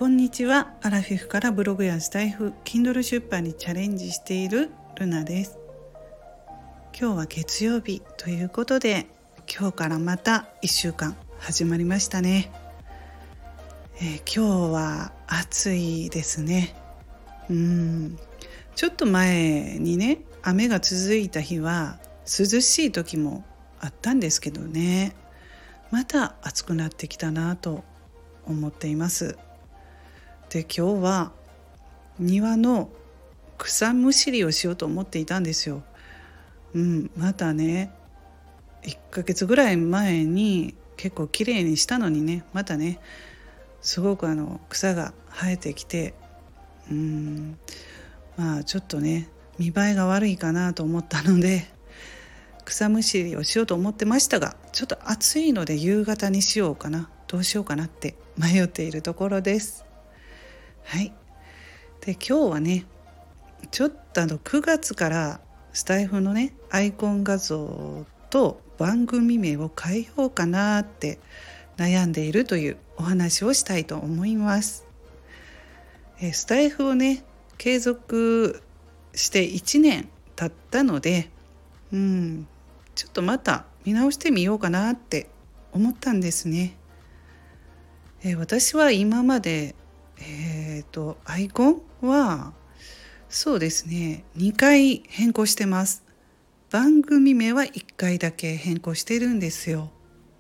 こんにちは。アラフィフからブログやスタイフ、Kindle 出版にチャレンジしているルナです。今日は月曜日ということで、今日からまた1週間始まりましたね。今日は暑いですね。ちょっと前にね、雨が続いた日は涼しい時もあったんですけどね、また暑くなってきたなと思っています。で、今日は庭の草むしりをしようと思っていたんですよ。またね、1ヶ月ぐらい前に結構きれいにしたのにね、またねすごく草が生えてきて、ちょっとね見栄えが悪いかなと思ったので、草むしりをしようと思ってましたが、ちょっと暑いので夕方にしようかな、どうしようかなって迷っているところです。はい。で、今日はね、ちょっと9月からスタイフのねアイコン画像と番組名を変えようかなって悩んでいるというお話をしたいと思います。スタイフをね継続して1年経ったので、ちょっとまた見直してみようかなって思ったんですね。私は今までアイコンはそうですね2回変更してます。番組名は1回だけ変更してるんですよ。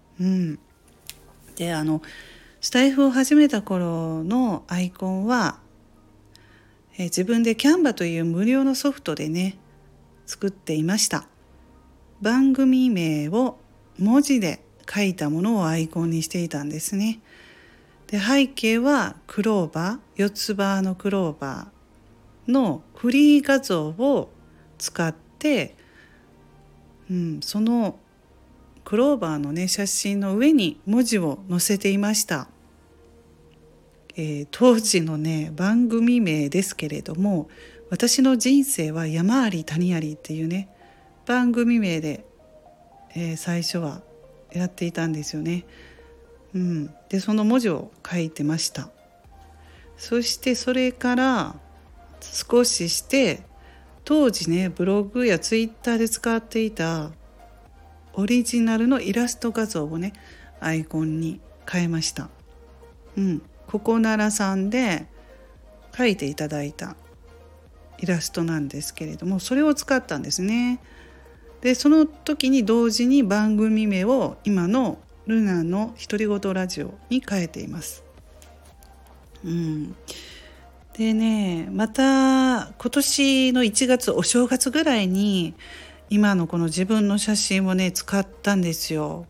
で、スタイフを始めた頃のアイコンは、自分でキャンバという無料のソフトでね作っていました。番組名を文字で書いたものをアイコンにしていたんですね。で、背景はクローバー、四つ葉のクローバーのフリー画像を使って、そのクローバーのね写真の上に文字を載せていました。当時のね番組名ですけれども、私の人生は山あり谷ありっていうね番組名で、最初はやっていたんですよね。でその文字を書いてました。そしてそれから少しして当時ねブログやツイッターで使っていたオリジナルのイラスト画像をねアイコンに変えました。ここならさんで描いていただいたイラストなんですけれども、それを使ったんですね。でその時に同時に番組名を今のルナの独り言ラジオに変えています。でね、また今年の1月お正月ぐらいに今のこの自分の写真をね使ったんですよ。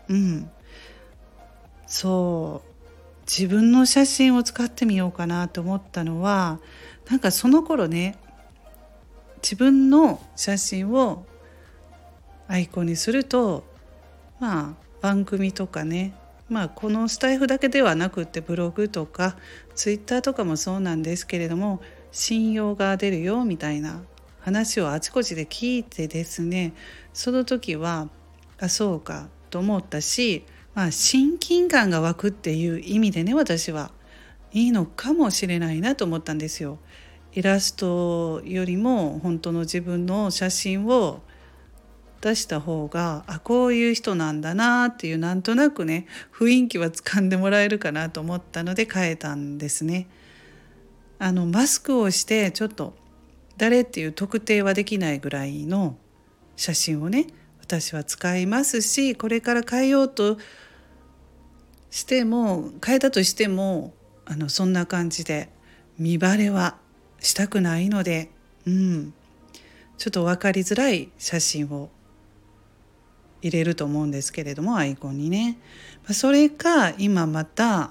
そう自分の写真を使ってみようかなと思ったのは、なんかその頃ね自分の写真をアイコンにすると、番組とかね、このスタイフだけではなくってブログとかツイッターとかもそうなんですけれども、信用が出るよみたいな話をあちこちで聞いてですね、その時はそうかと思ったし、親近感が湧くっていう意味でね、私はいいのかもしれないなと思ったんですよ。イラストよりも本当の自分の写真を出した方が、こういう人なんだなっていうなんとなくね雰囲気は掴んでもらえるかなと思ったので変えたんですね。マスクをしてちょっと誰っていう特定はできないぐらいの写真をね私は使いますし、これから変えようとしても変えたとしてもそんな感じで見バレはしたくないので、ちょっと分かりづらい写真を入れると思うんですけれども、アイコンにね、それか今また、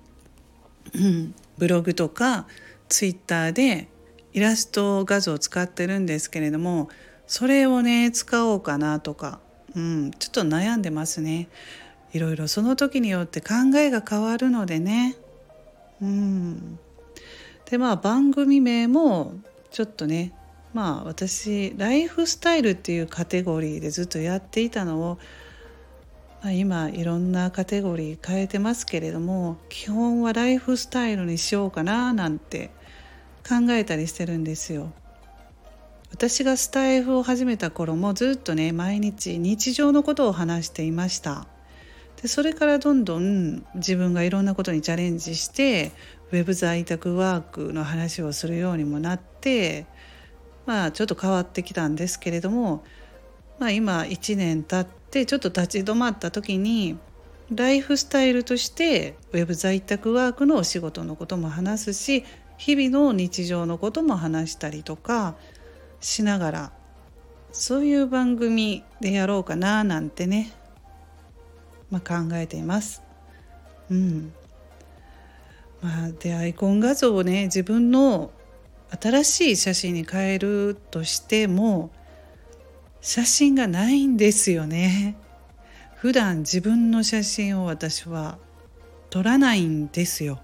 ブログとかツイッターでイラスト画像を使ってるんですけれども、それをね使おうかなとか、ちょっと悩んでますね。いろいろその時によって考えが変わるのでね。で番組名もちょっとね、私ライフスタイルっていうカテゴリーでずっとやっていたのを、 今いろんなカテゴリー変えてますけれども、基本はライフスタイルにしようかななんて考えたりしてるんですよ。私がスタイフを始めた頃もずっとね、毎日日常のことを話していました。でそれからどんどん自分がいろんなことにチャレンジして、ウェブ在宅ワークの話をするようにもなって、ちょっと変わってきたんですけれども、今1年経ってちょっと立ち止まった時に、ライフスタイルとしてウェブ在宅ワークのお仕事のことも話すし、日々の日常のことも話したりとかしながら、そういう番組でやろうかななんてね、考えています。でアイコン画像をね、自分の新しい写真に変えるとしても写真がないんですよね。普段自分の写真を私は撮らないんですよ。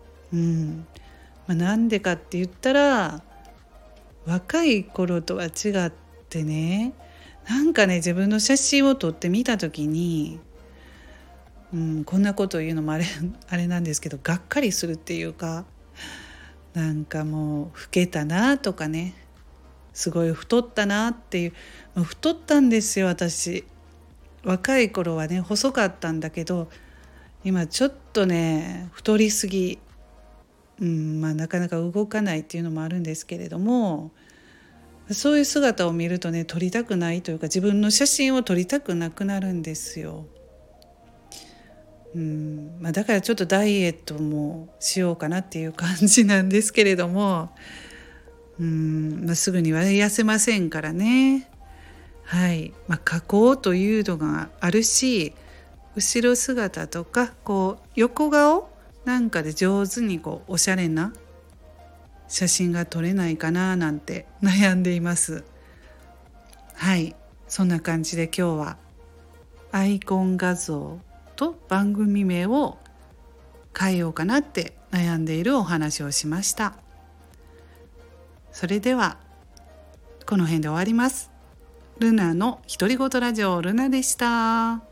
なんでかって言ったら、若い頃とは違ってね、自分の写真を撮ってみた時に、こんなことを言うのもあれなんですけど、がっかりするっていうか、もう老けたなとかね、すごい太ったなっていう、太ったんですよ私。若い頃はね細かったんだけど、今ちょっとね太りすぎ、なかなか動かないっていうのもあるんですけれども、そういう姿を見るとね、撮りたくないというか、自分の写真を撮りたくなくなるんですよ。だからちょっとダイエットもしようかなっていう感じなんですけれども、すぐには痩せませんからね。加工というのがあるし、後ろ姿とか横顔なんかで上手におしゃれな写真が撮れないかななんて悩んでいます。そんな感じで今日はアイコン画像と番組名を変えようかなって悩んでいるお話をしました。それではこの辺で終わります。ルナの独り言ラジオ、ルナでした。